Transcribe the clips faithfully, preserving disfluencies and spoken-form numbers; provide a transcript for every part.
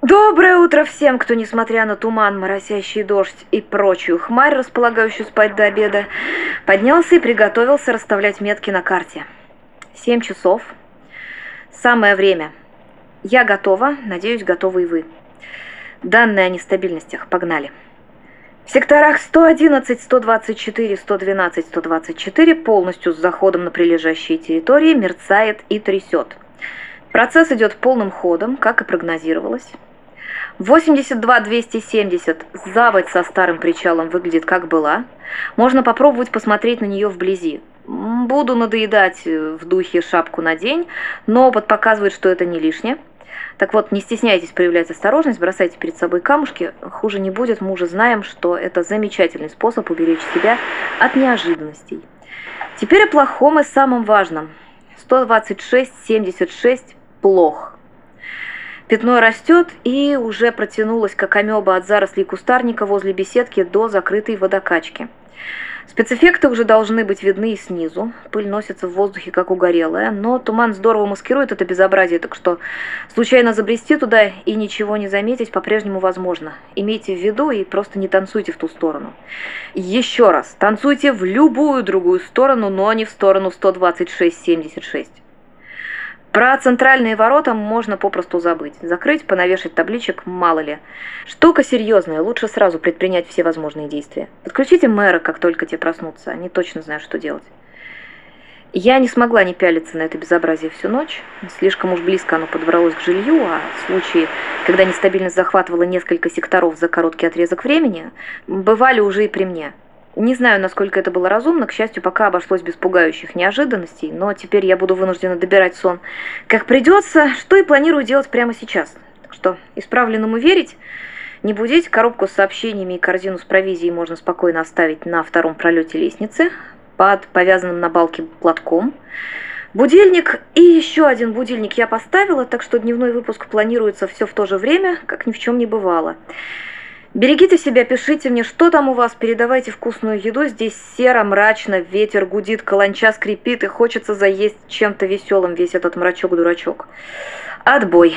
Доброе утро всем, кто, несмотря на туман, моросящий дождь и прочую хмарь, располагающую спать до обеда, поднялся и приготовился расставлять метки на карте. Семь часов. Самое время. Я готова, надеюсь, готовы и вы. Данные о нестабильностях. Погнали. В секторах сто одиннадцать, сто двадцать четыре, сто двенадцать, сто двадцать четыре полностью с заходом на прилежащие территории мерцает и трясет. Процесс идет полным ходом, как и прогнозировалось. восемьдесят два двести семьдесят заводь со старым причалом выглядит как была. Можно попробовать посмотреть на нее вблизи. Буду надоедать в духе шапку надень, но опыт показывает, что это не лишнее. Так вот, не стесняйтесь проявлять осторожность, бросайте перед собой камушки. Хуже не будет, мы уже знаем, что это замечательный способ уберечь себя от неожиданностей. Теперь о плохом и самом важном. сто двадцать шесть семьдесят шесть плох. Пятно растет и уже протянулось, как амеба, от зарослей кустарника возле беседки до закрытой водокачки. Спецэффекты уже должны быть видны и снизу. Пыль носится в воздухе, как угорелая, но туман здорово маскирует это безобразие, так что случайно забрести туда и ничего не заметить по-прежнему возможно. Имейте в виду и просто не танцуйте в ту сторону. Еще раз, танцуйте в любую другую сторону, но не в сторону сто двадцать шесть семьдесят шесть. Про центральные ворота можно попросту забыть. Закрыть, понавешать табличек, мало ли. Штука серьезная, лучше сразу предпринять все возможные действия. Подключите мэра, как только те проснутся, они точно знают, что делать. Я не смогла не пялиться на это безобразие всю ночь. Слишком уж близко оно подобралось к жилью, а в случае, когда нестабильность захватывала несколько секторов за короткий отрезок времени, бывали уже и при мне. Не знаю, насколько это было разумно, к счастью, пока обошлось без пугающих неожиданностей, но теперь я буду вынуждена добирать сон как придется, что и планирую делать прямо сейчас. Так что исправленному верить, не будить, коробку с сообщениями и корзину с провизией можно спокойно оставить на втором пролете лестницы, под повязанным на балке платком. Будильник и еще один будильник я поставила, так что дневной выпуск планируется все в то же время, как ни в чем не бывало. Берегите себя, пишите мне, что там у вас, передавайте вкусную еду. Здесь серо, мрачно, ветер гудит, каланча скрипит, и хочется заесть чем-то веселым весь этот мрачок-дурачок. Отбой.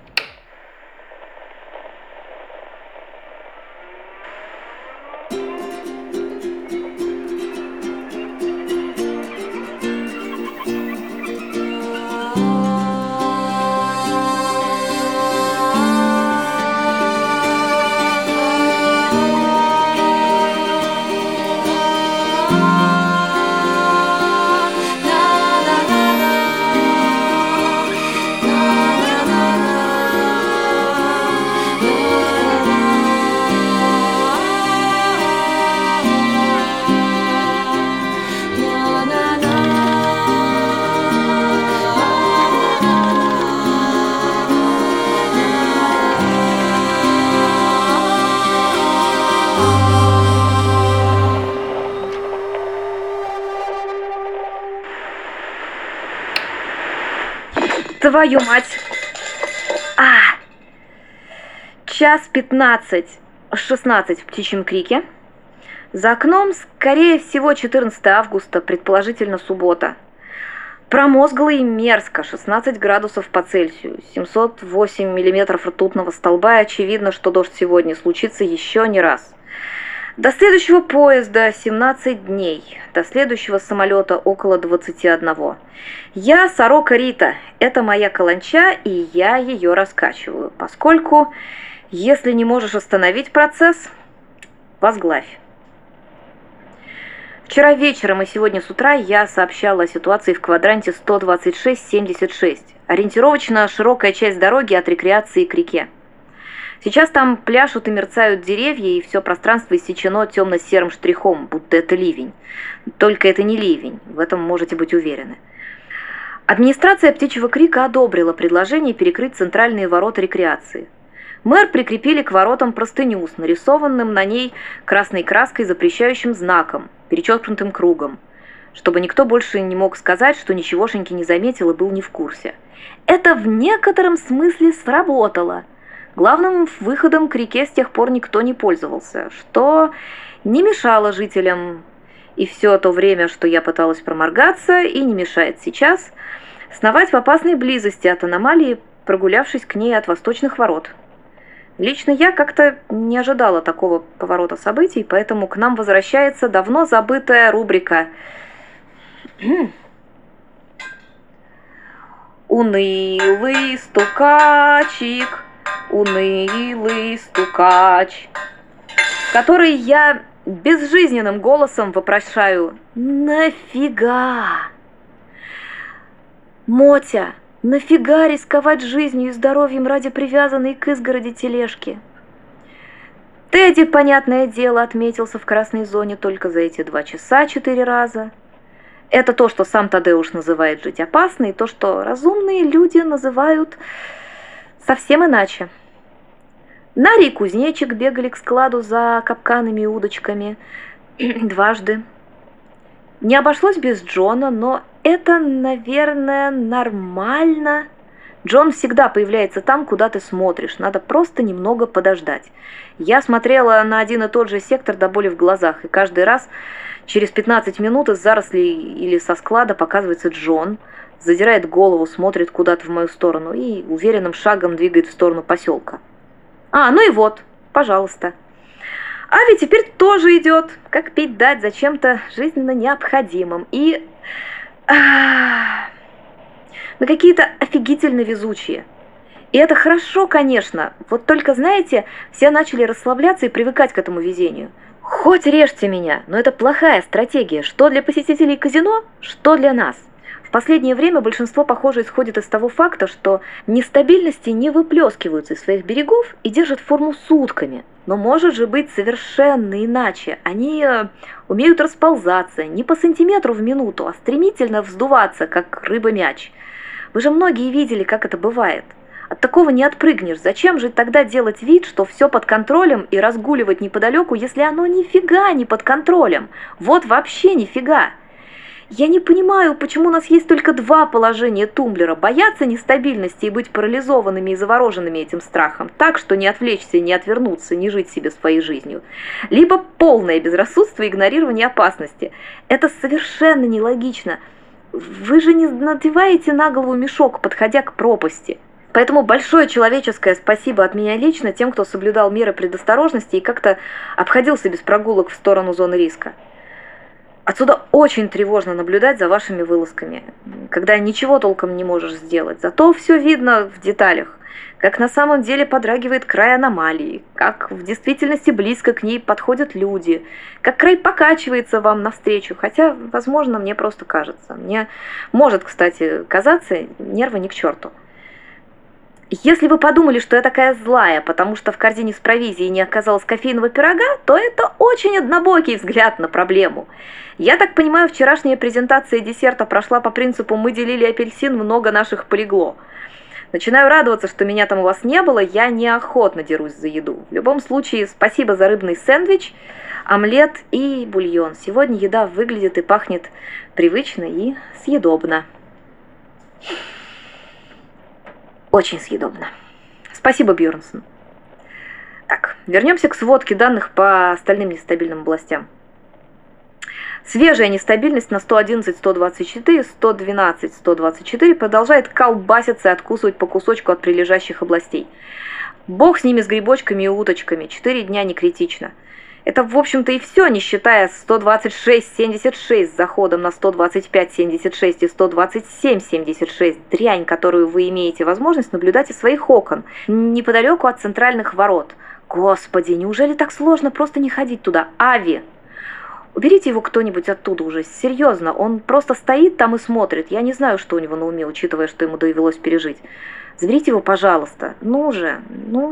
Твою мать! А! Час пятнадцать, шестнадцать в птичьем крике. За окном, скорее всего, четырнадцатое августа, предположительно суббота. Промозгло и мерзко, шестнадцать градусов по Цельсию, семьсот восемь миллиметров ртутного столба, и очевидно, что дождь сегодня случится еще не раз. До следующего поезда семнадцать дней, до следующего самолета около двадцати одного. Я сорока Рита, это моя каланча, и я ее раскачиваю, поскольку, если не можешь остановить процесс, возглавь. Вчера вечером и сегодня с утра я сообщала о ситуации в квадранте сто двадцать шесть семьдесят шесть, ориентировочно широкая часть дороги от рекреации к реке. Сейчас там пляшут и мерцают деревья, и все пространство иссечено темно-серым штрихом, будто это ливень. Только это не ливень, в этом можете быть уверены. Администрация «Птичьего крика» одобрила предложение перекрыть центральные ворота рекреации. Мэр прикрепили к воротам простыню с нарисованным на ней красной краской запрещающим знаком, перечеркнутым кругом, чтобы никто больше не мог сказать, что ничегошеньки не заметил и был не в курсе. Это в некотором смысле сработало. Главным выходом к реке с тех пор никто не пользовался, что не мешало жителям, и все то время, что я пыталась проморгаться, и не мешает сейчас, сновать в опасной близости от аномалии, прогулявшись к ней от восточных ворот. Лично я как-то не ожидала такого поворота событий, поэтому к нам возвращается давно забытая рубрика «Унылый стукачик, унылый стукач», в которой я безжизненным голосом вопрошаю: «Нафига? Мотя, нафига рисковать жизнью и здоровьем ради привязанной к изгороди тележки? Тедди, понятное дело, отметился в красной зоне только за эти два часа четыре раза. Это то, что сам Тадеуш называет жить опасно, и то, что разумные люди называют совсем иначе. Нари и кузнечик бегали к складу за капканами и удочками дважды. Не обошлось без Джона, но это, наверное, нормально. Джон всегда появляется там, куда ты смотришь, надо просто немного подождать. Я смотрела на один и тот же сектор до боли в глазах, и каждый раз через пятнадцать минут из зарослей или со склада показывается Джон, задирает голову, смотрит куда-то в мою сторону и уверенным шагом двигает в сторону поселка. А, ну и вот, пожалуйста. Ави теперь тоже идет, как пить дать за чем-то жизненно необходимым. И а, мы какие-то офигительно везучие. И это хорошо, конечно. Вот только, знаете, все начали расслабляться и привыкать к этому везению. Хоть режьте меня, но это плохая стратегия. Что для посетителей казино, что для нас. В последнее время большинство, похоже, исходит из того факта, что нестабильности не выплескиваются из своих берегов и держат форму сутками. Но может же быть совершенно иначе. Они э, умеют расползаться не по сантиметру в минуту, а стремительно вздуваться, как рыба-мяч. Вы же многие видели, как это бывает. От такого не отпрыгнешь. Зачем же тогда делать вид, что все под контролем, и разгуливать неподалеку, если оно нифига не под контролем? Вот вообще нифига. Я не понимаю, почему у нас есть только два положения тумблера: бояться нестабильности и быть парализованными и завороженными этим страхом, так что не отвлечься, не отвернуться, не жить себе своей жизнью. Либо полное безрассудство и игнорирование опасности. Это совершенно нелогично. Вы же не надеваете на голову мешок, подходя к пропасти. Поэтому большое человеческое спасибо от меня лично тем, кто соблюдал меры предосторожности и как-то обходился без прогулок в сторону зоны риска. Отсюда очень тревожно наблюдать за вашими вылазками, когда ничего толком не можешь сделать. Зато все видно в деталях, как на самом деле подрагивает край аномалии, как в действительности близко к ней подходят люди, как край покачивается вам навстречу, хотя, возможно, мне просто кажется. Мне может, кстати, казаться, нервы ни к черту. Если вы подумали, что я такая злая, потому что в корзине с провизией не оказалось кофейного пирога, то это очень однобокий взгляд на проблему. Я так понимаю, вчерашняя презентация десерта прошла по принципу «мы делили апельсин, много наших полегло». Начинаю радоваться, что меня там у вас не было, я неохотно дерусь за еду. В любом случае, спасибо за рыбный сэндвич, омлет и бульон. Сегодня еда выглядит и пахнет привычно и съедобно. Очень съедобно. Спасибо, Бьернсон. Так, вернемся к сводке данных по остальным нестабильным областям. Свежая нестабильность на сто одиннадцать сто двадцать четыре, сто двенадцать сто двадцать четыре продолжает колбаситься и откусывать по кусочку от прилежащих областей. Бог с ними, с грибочками и уточками. Четыре дня не критично. Это, в общем-то, и все, не считая сто двадцать шесть семьдесят шесть с заходом на сто двадцать пять семьдесят шесть и сто двадцать семь семьдесят шесть, дрянь, которую вы имеете возможность наблюдать из своих окон, неподалеку от центральных ворот. Господи, неужели так сложно просто не ходить туда? Ави! Уберите его кто-нибудь оттуда уже, серьезно, он просто стоит там и смотрит. Я не знаю, что у него на уме, учитывая, что ему довелось пережить. Заберите его, пожалуйста. Ну же, ну...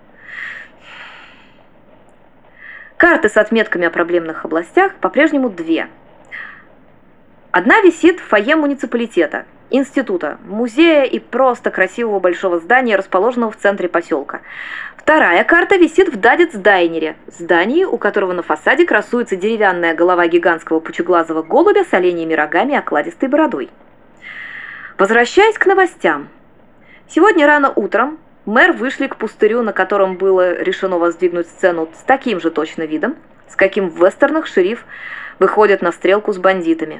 Карты с отметками о проблемных областях по-прежнему две. Одна висит в фойе муниципалитета, института, музея и просто красивого большого здания, расположенного в центре поселка. Вторая карта висит в Дадец-Дайнере, здании, у которого на фасаде красуется деревянная голова гигантского пучеглазого голубя с оленьими рогами и окладистой бородой. Возвращаясь к новостям. Сегодня рано утром мэр вышли к пустырю, на котором было решено воздвигнуть сцену с таким же точно видом, с каким в вестернах шериф выходит на стрелку с бандитами.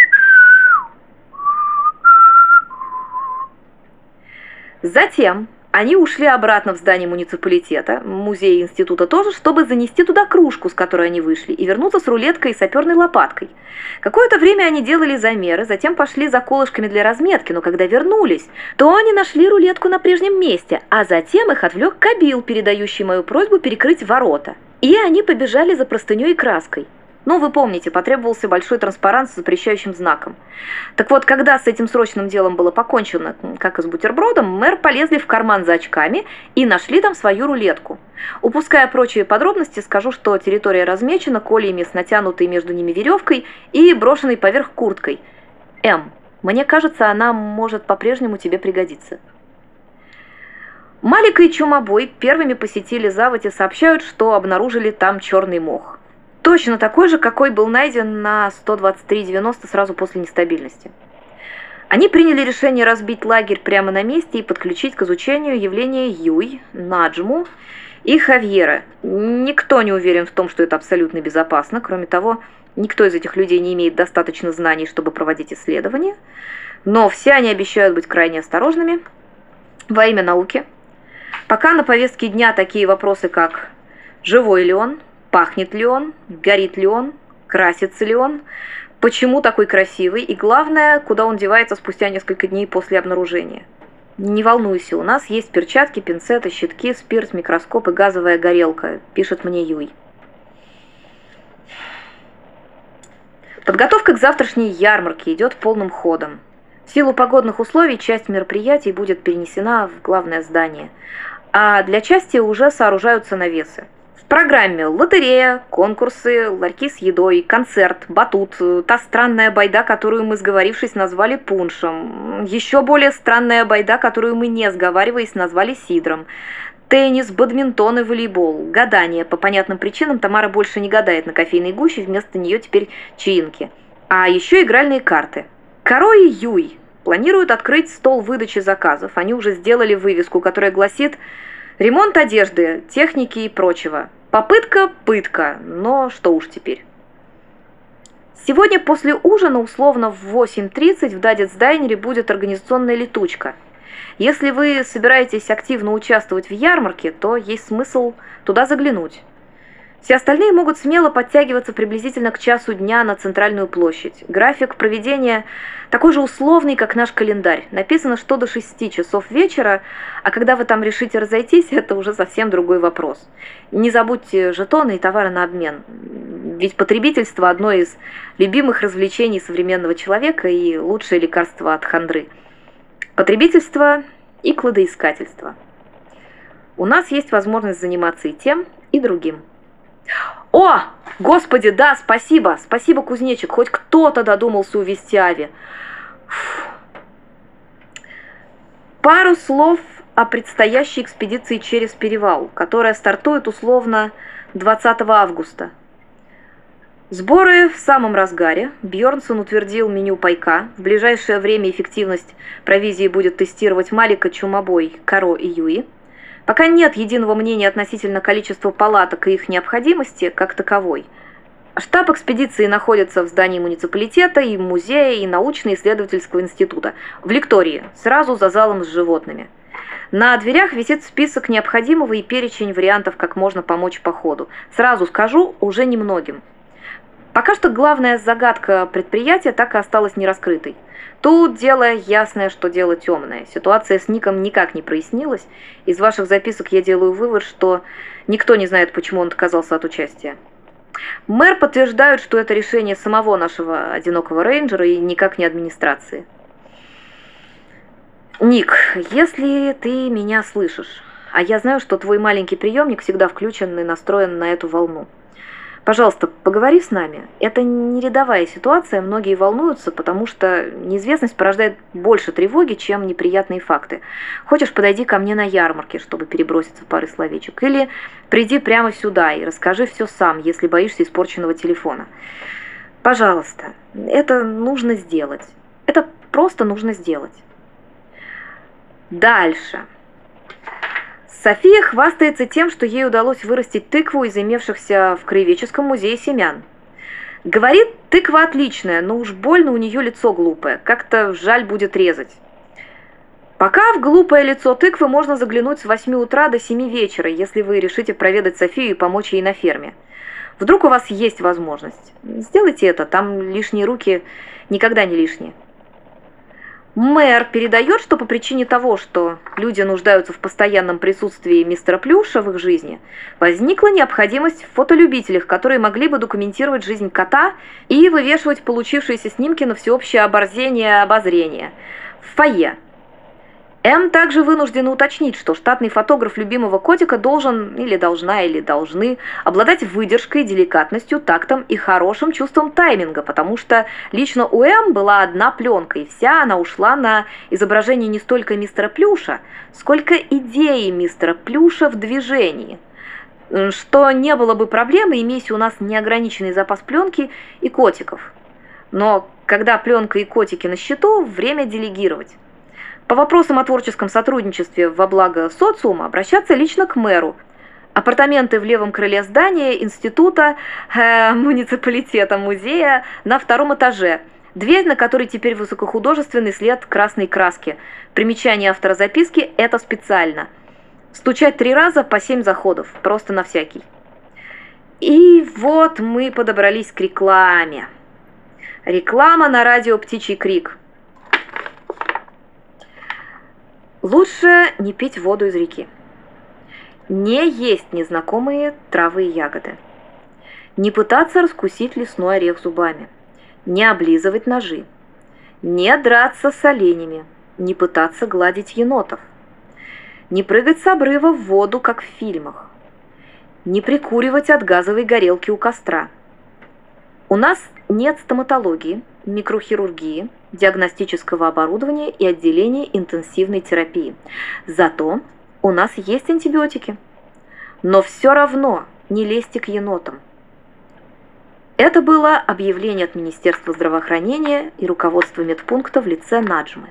Затем Они ушли обратно в здание муниципалитета, музея и института тоже, чтобы занести туда кружку, с которой они вышли, и вернуться с рулеткой и саперной лопаткой. Какое-то время они делали замеры, затем пошли за колышками для разметки, но когда вернулись, то они нашли рулетку на прежнем месте, а затем их отвлек Кабил, передающий мою просьбу перекрыть ворота. И они побежали за простыней и краской. Ну, вы помните, потребовался большой транспарант с запрещающим знаком. Так вот, когда с этим срочным делом было покончено, как и с бутербродом, мэр полезли в карман за очками и нашли там свою рулетку. Упуская прочие подробности, скажу, что территория размечена колеями с натянутой между ними веревкой и брошенной поверх курткой. М, мне кажется, она может по-прежнему тебе пригодиться. Малика и Чумобой первыми посетили заводь и сообщают, что обнаружили там черный мох. Точно такой же, какой был найден на сто двадцать три девяносто сразу после нестабильности. Они приняли решение разбить лагерь прямо на месте и подключить к изучению явления Юй, Наджму и Хавьера. Никто не уверен в том, что это абсолютно безопасно. Кроме того, никто из этих людей не имеет достаточно знаний, чтобы проводить исследования. Но все они обещают быть крайне осторожными во имя науки. Пока на повестке дня такие вопросы, как «Живой ли он?», «Пахнет ли он?», «Горит ли он?», «Красится ли он?», «Почему такой красивый?» и, главное, куда он девается спустя несколько дней после обнаружения. Не волнуйся, у нас есть перчатки, пинцеты, щитки, спирт, микроскоп и газовая горелка, пишет мне Юй. Подготовка к завтрашней ярмарке идет полным ходом. В силу погодных условий часть мероприятий будет перенесена в главное здание, а для части уже сооружаются навесы. В программе лотерея, конкурсы, ларьки с едой, концерт, батут, та странная байда, которую мы, сговорившись, назвали пуншем, еще более странная байда, которую мы, не сговариваясь, назвали сидром, теннис, бадминтон и волейбол, гадание. По понятным причинам Тамара больше не гадает на кофейной гуще, вместо нее теперь чаинки. А еще игральные карты. Каро и Юй планируют открыть стол выдачи заказов. Они уже сделали вывеску, которая гласит «Ремонт одежды, техники и прочего». Попытка – пытка, но что уж теперь. Сегодня после ужина, условно в восемь тридцать, в Дадец-дайнере будет организационная летучка. Если вы собираетесь активно участвовать в ярмарке, то есть смысл туда заглянуть. Все остальные могут смело подтягиваться приблизительно к часу дня на центральную площадь. График проведения такой же условный, как наш календарь. Написано, что до шести часов вечера, а когда вы там решите разойтись, это уже совсем другой вопрос. Не забудьте жетоны и товары на обмен. Ведь потребительство – одно из любимых развлечений современного человека и лучшее лекарство от хандры. Потребительство и кладоискательство. У нас есть возможность заниматься и тем, и другим. О, господи, да, спасибо, спасибо, кузнечик, хоть кто-то додумался увезти Ави. Фу. Пару слов о предстоящей экспедиции через перевал, которая стартует условно двадцатого августа. Сборы в самом разгаре. Бьернсон утвердил меню пайка. В ближайшее время эффективность провизии будет тестировать Малика, Чумобой, Каро и Юи. Пока нет единого мнения относительно количества палаток и их необходимости как таковой. Штаб экспедиции находится в здании муниципалитета, и музея, и научно-исследовательского института, в лектории, сразу за залом с животными. На дверях висит список необходимого и перечень вариантов, как можно помочь по ходу. Сразу скажу, уже немногим. Пока что главная загадка предприятия так и осталась нераскрытой. Тут дело ясное, что дело темное. Ситуация с Ником никак не прояснилась. Из ваших записок я делаю вывод, что никто не знает, почему он отказался от участия. Мэр подтверждает, что это решение самого нашего одинокого рейнджера и никак не администрации. Ник, если ты меня слышишь, а я знаю, что твой маленький приемник всегда включен и настроен на эту волну, пожалуйста, поговори с нами. Это не рядовая ситуация, многие волнуются, потому что неизвестность порождает больше тревоги, чем неприятные факты. Хочешь, подойди ко мне на ярмарке, чтобы переброситься парой словечек. Или приди прямо сюда и расскажи все сам, если боишься испорченного телефона. Пожалуйста, это нужно сделать. Это просто нужно сделать. Дальше. София хвастается тем, что ей удалось вырастить тыкву из имевшихся в Краеведческом музее семян. Говорит, тыква отличная, но уж больно у нее лицо глупое, как-то жаль будет резать. Пока в глупое лицо тыквы можно заглянуть с восьми утра до семи вечера, если вы решите проведать Софию и помочь ей на ферме. Вдруг у вас есть возможность. Сделайте это, там лишние руки никогда не лишние. Мэр передает, что по причине того, что люди нуждаются в постоянном присутствии мистера Плюша в их жизни, возникла необходимость в фотолюбителях, которые могли бы документировать жизнь кота и вывешивать получившиеся снимки на всеобщее оборзение и обозрение в фойе. М также вынуждена уточнить, что штатный фотограф любимого котика должен, или должна, или должны обладать выдержкой, деликатностью, тактом и хорошим чувством тайминга, потому что лично у М была одна пленка, и вся она ушла на изображение не столько мистера Плюша, сколько идеи мистера Плюша в движении. Что не было бы проблемы, имея у нас неограниченный запас пленки и котиков. Но когда пленка и котики на счету, время делегировать. По вопросам о творческом сотрудничестве во благо социума обращаться лично к мэру. Апартаменты в левом крыле здания института, э, муниципалитета, музея на втором этаже. Дверь, на которой теперь высокохудожественный след красной краски. Примечание автора записки – это специально. Стучать три раза по семь заходов, просто на всякий. И вот мы подобрались к рекламе. Реклама на радио «Птичий крик». Лучше не пить воду из реки. Не есть незнакомые травы и ягоды. Не пытаться раскусить лесной орех зубами. Не облизывать ножи. Не драться с оленями. Не пытаться гладить енотов. Не прыгать с обрыва в воду, как в фильмах. Не прикуривать от газовой горелки у костра. У нас нет стоматологии, микрохирургии, диагностического оборудования и отделения интенсивной терапии. Зато у нас есть антибиотики. Но все равно не лезьте к енотам. Это было объявление от Министерства здравоохранения и руководства медпункта в лице Наджмы.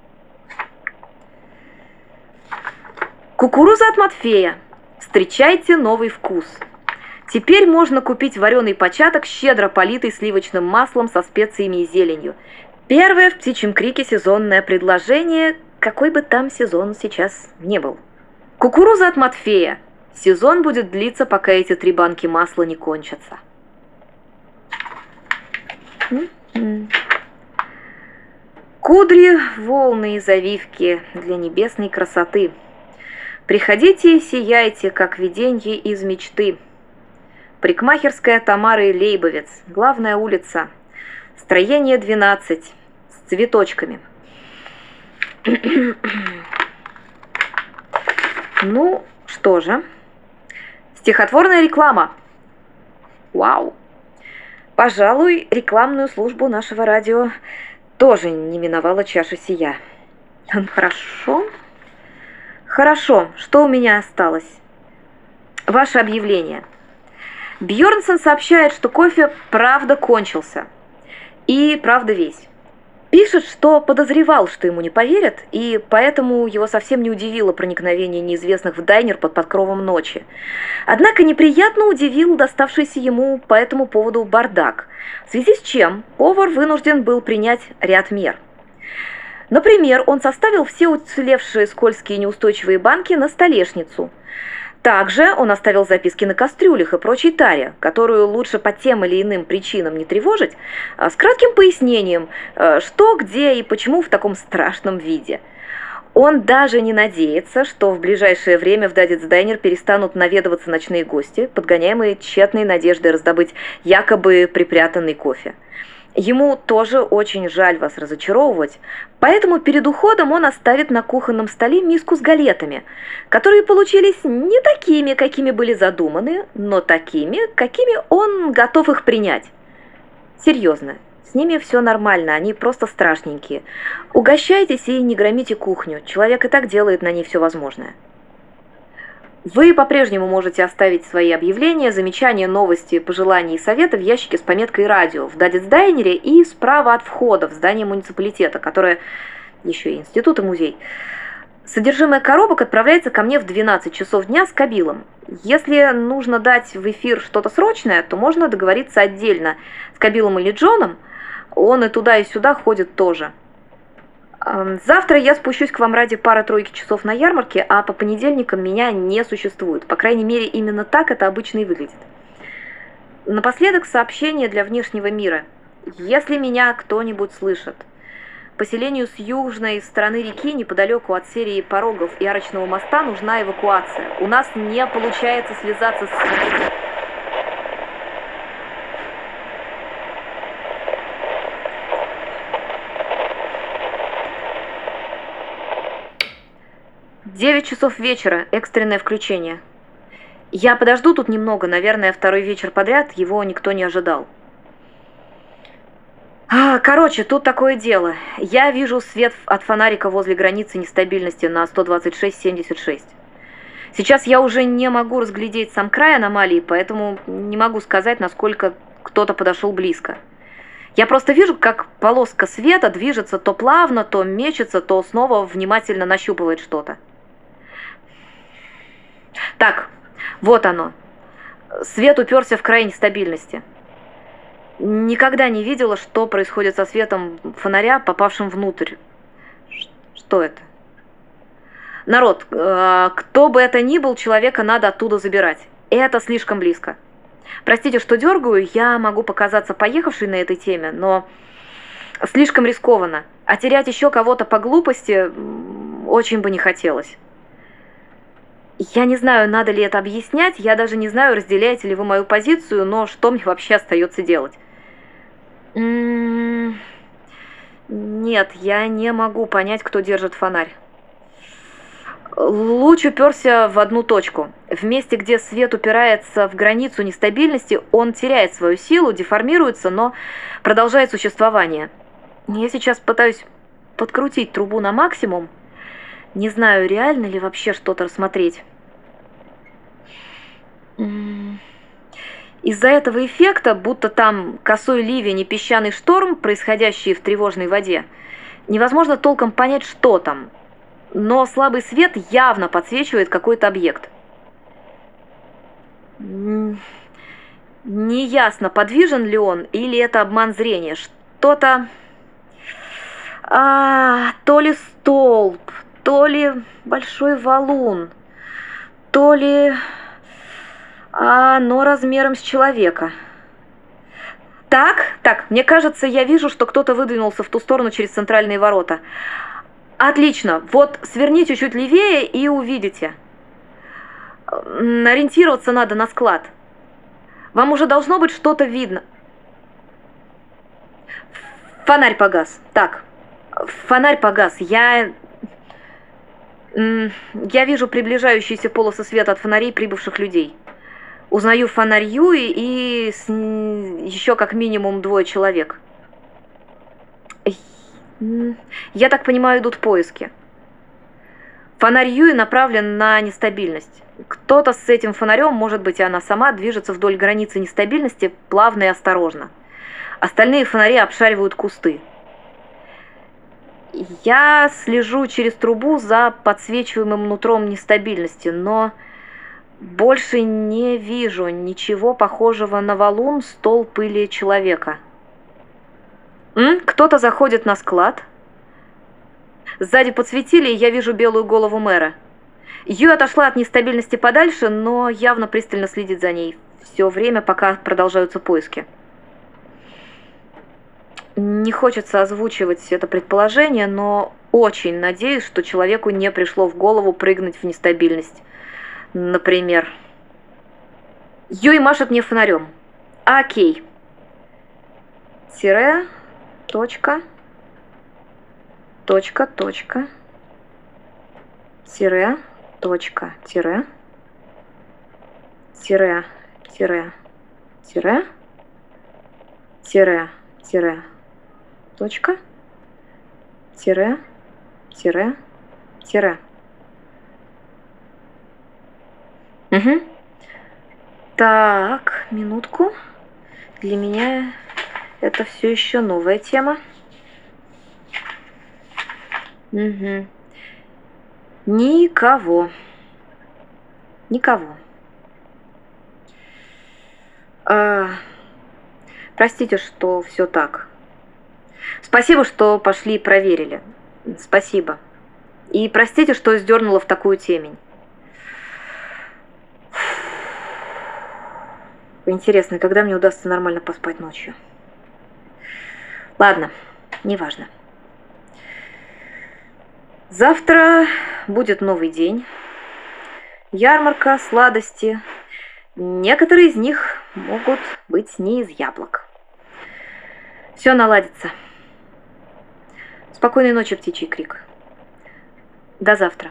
Кукуруза от Матфея. Встречайте новый вкус. Теперь можно купить вареный початок, щедро политый сливочным маслом со специями и зеленью. Первое в «Птичьем крике» сезонное предложение, какой бы там сезон сейчас не был. Кукуруза от Матфея. Сезон будет длиться, пока эти три банки масла не кончатся. Кудри, волны и завивки для небесной красоты. Приходите и сияйте, как виденье из мечты. Парикмахерская Тамары Лейбовец, главная улица, строение двенадцать, с цветочками. Ну, что же, стихотворная реклама. Вау! Пожалуй, рекламную службу нашего радио тоже не миновала чаша сия. Хорошо. Хорошо, что у меня осталось? Ваше объявление. Бьернсон сообщает, что кофе правда кончился. И правда весь. Пишет, что подозревал, что ему не поверят, и поэтому его совсем не удивило проникновение неизвестных в дайнер под покровом ночи. Однако неприятно удивил доставшийся ему по этому поводу бардак, в связи с чем повар вынужден был принять ряд мер. Например, он составил все уцелевшие скользкие неустойчивые банки на столешницу. Также он оставил записки на кастрюлях и прочей таре, которую лучше по тем или иным причинам не тревожить, с кратким пояснением, что, где и почему в таком страшном виде. Он даже не надеется, что в ближайшее время в Дадец Дайнер перестанут наведываться ночные гости, подгоняемые тщетной надеждой раздобыть якобы припрятанный кофе. Ему тоже очень жаль вас разочаровывать, поэтому перед уходом он оставит на кухонном столе миску с галетами, которые получились не такими, какими были задуманы, но такими, какими он готов их принять. Серьезно, с ними все нормально, они просто страшненькие. Угощайтесь и не громите кухню, человек и так делает на ней все возможное. Вы по-прежнему можете оставить свои объявления, замечания, новости, пожелания и советы в ящике с пометкой «Радио» в Дадец Дайнере и справа от входа в здание муниципалитета, которое еще и институт и музей. Содержимое коробок отправляется ко мне в двенадцать часов дня с Кабилом. Если нужно дать в эфир что-то срочное, то можно договориться отдельно с Кабилом или Джоном. Он и туда, и сюда ходит тоже. Ам, Завтра я спущусь к вам ради пары-тройки часов на ярмарке, а по понедельникам меня не существует. По крайней мере, именно так это обычно и выглядит. Напоследок сообщение для внешнего мира. Если меня кто-нибудь слышит, поселению с южной стороны реки, неподалеку от серии порогов и арочного моста, нужна эвакуация. У нас не получается связаться с... Девять часов вечера. Экстренное включение. Я подожду тут немного. Наверное, второй вечер подряд его никто не ожидал. А, короче, тут такое дело. Я вижу свет от фонарика возле границы нестабильности на сто двадцать шесть семьдесят шесть. Сейчас я уже не могу разглядеть сам край аномалии, поэтому не могу сказать, насколько кто-то подошел близко. Я просто вижу, как полоска света движется то плавно, то мечется, то снова внимательно нащупывает что-то. Так, вот оно. Свет уперся в край нестабильности. Никогда не видела, что происходит со светом фонаря, попавшим внутрь. Что это? Народ, кто бы это ни был, человека надо оттуда забирать. Это слишком близко. Простите, что дергаю, я могу показаться поехавшей на этой теме, но слишком рискованно. А терять еще кого-то по глупости очень бы не хотелось. Я не знаю, надо ли это объяснять, я даже не знаю, разделяете ли вы мою позицию, но что мне вообще остается делать? М-м- Нет, я не могу понять, кто держит фонарь. Луч уперся в одну точку. В месте, где свет упирается в границу нестабильности, он теряет свою силу, деформируется, но продолжает существование. Я сейчас пытаюсь подкрутить трубу на максимум. Не знаю, реально ли вообще что-то рассмотреть. Из-за этого эффекта, будто там косой ливень и песчаный шторм, происходящие в тревожной воде, невозможно толком понять, что там. Но слабый свет явно подсвечивает какой-то объект. Неясно, подвижен ли он или это обман зрения. Что-то... А, то ли столб, то ли большой валун, то ли оно размером с человека. Так, так, мне кажется, я вижу, что кто-то выдвинулся в ту сторону через центральные ворота. Отлично, вот сверни чуть-чуть левее и увидите. Ориентироваться надо на склад. Вам уже должно быть что-то видно. Фонарь погас. Так, фонарь погас. Я... Я вижу приближающиеся полосы света от фонарей прибывших людей. Узнаю фонарь Юи и с... еще как минимум двое человек. Я так понимаю, идут поиски. Фонарь Юи направлен на нестабильность. Кто-то с этим фонарем, может быть, и она сама, движется вдоль границы нестабильности плавно и осторожно. Остальные фонари обшаривают кусты. Я слежу через трубу за подсвечиваемым нутром нестабильности, но больше не вижу ничего похожего на валун, столб или человека. М? Кто-то заходит на склад. Сзади подсветили, и я вижу белую голову мэра. Ю отошла от нестабильности подальше, но явно пристально следит за ней. Все время, пока продолжаются поиски. Не хочется озвучивать это предположение, но очень надеюсь, что человеку не пришло в голову прыгнуть в нестабильность. Например. Юй машет мне фонарем. Окей. Тире. Точка. Точка. Точка. Тире. Точка. Тире. Тире. Тире. Тире. Тире. Тире. Точка. Тире. Тире. Тире. Угу. Так, минутку. Для меня это все еще новая тема. Угу. Никого. Никого. А, простите, что все так. Спасибо, что пошли и проверили. Спасибо. И простите, что сдернула в такую темень. Интересно, когда мне удастся нормально поспать ночью? Ладно, неважно. Завтра будет новый день. Ярмарка, сладости. Некоторые из них могут быть не из яблок. Все наладится. Спокойной ночи, птичий крик. До завтра.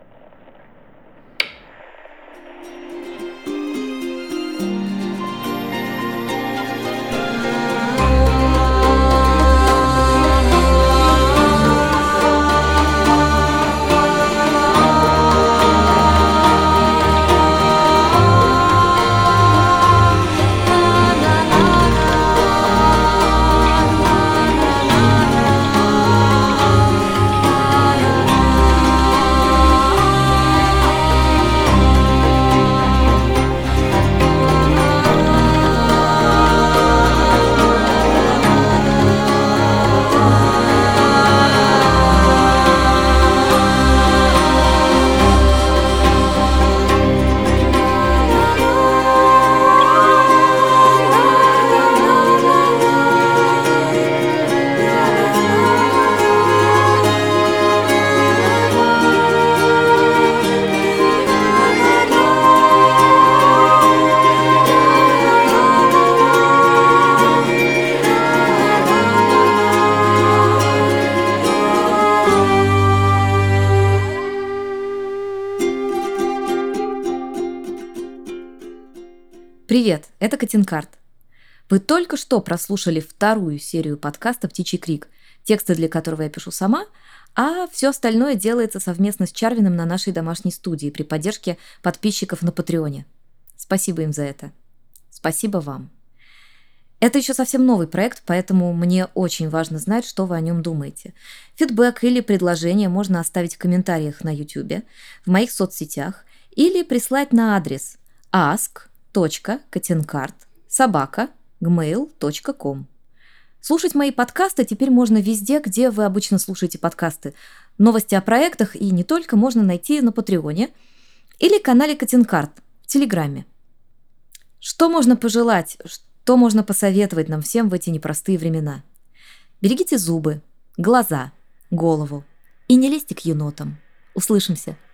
Привет, это Катинкарт. Вы только что прослушали вторую серию подкаста «Птичий крик», тексты для которого я пишу сама, а все остальное делается совместно с Чарвином на нашей домашней студии при поддержке подписчиков на Патреоне. Спасибо им за это. Спасибо вам. Это еще совсем новый проект, поэтому мне очень важно знать, что вы о нем думаете. Фидбэк или предложения можно оставить в комментариях на YouTube, в моих соцсетях или прислать на адрес ask точка катинкарт собака гмейл точка ком. Слушать мои подкасты теперь можно везде, где вы обычно слушаете подкасты. Новости о проектах и не только можно найти на Патреоне или канале Катинкарт в Телеграме. Что можно пожелать, что можно посоветовать нам всем в эти непростые времена? Берегите зубы, глаза, голову и не лезьте к енотам. Услышимся!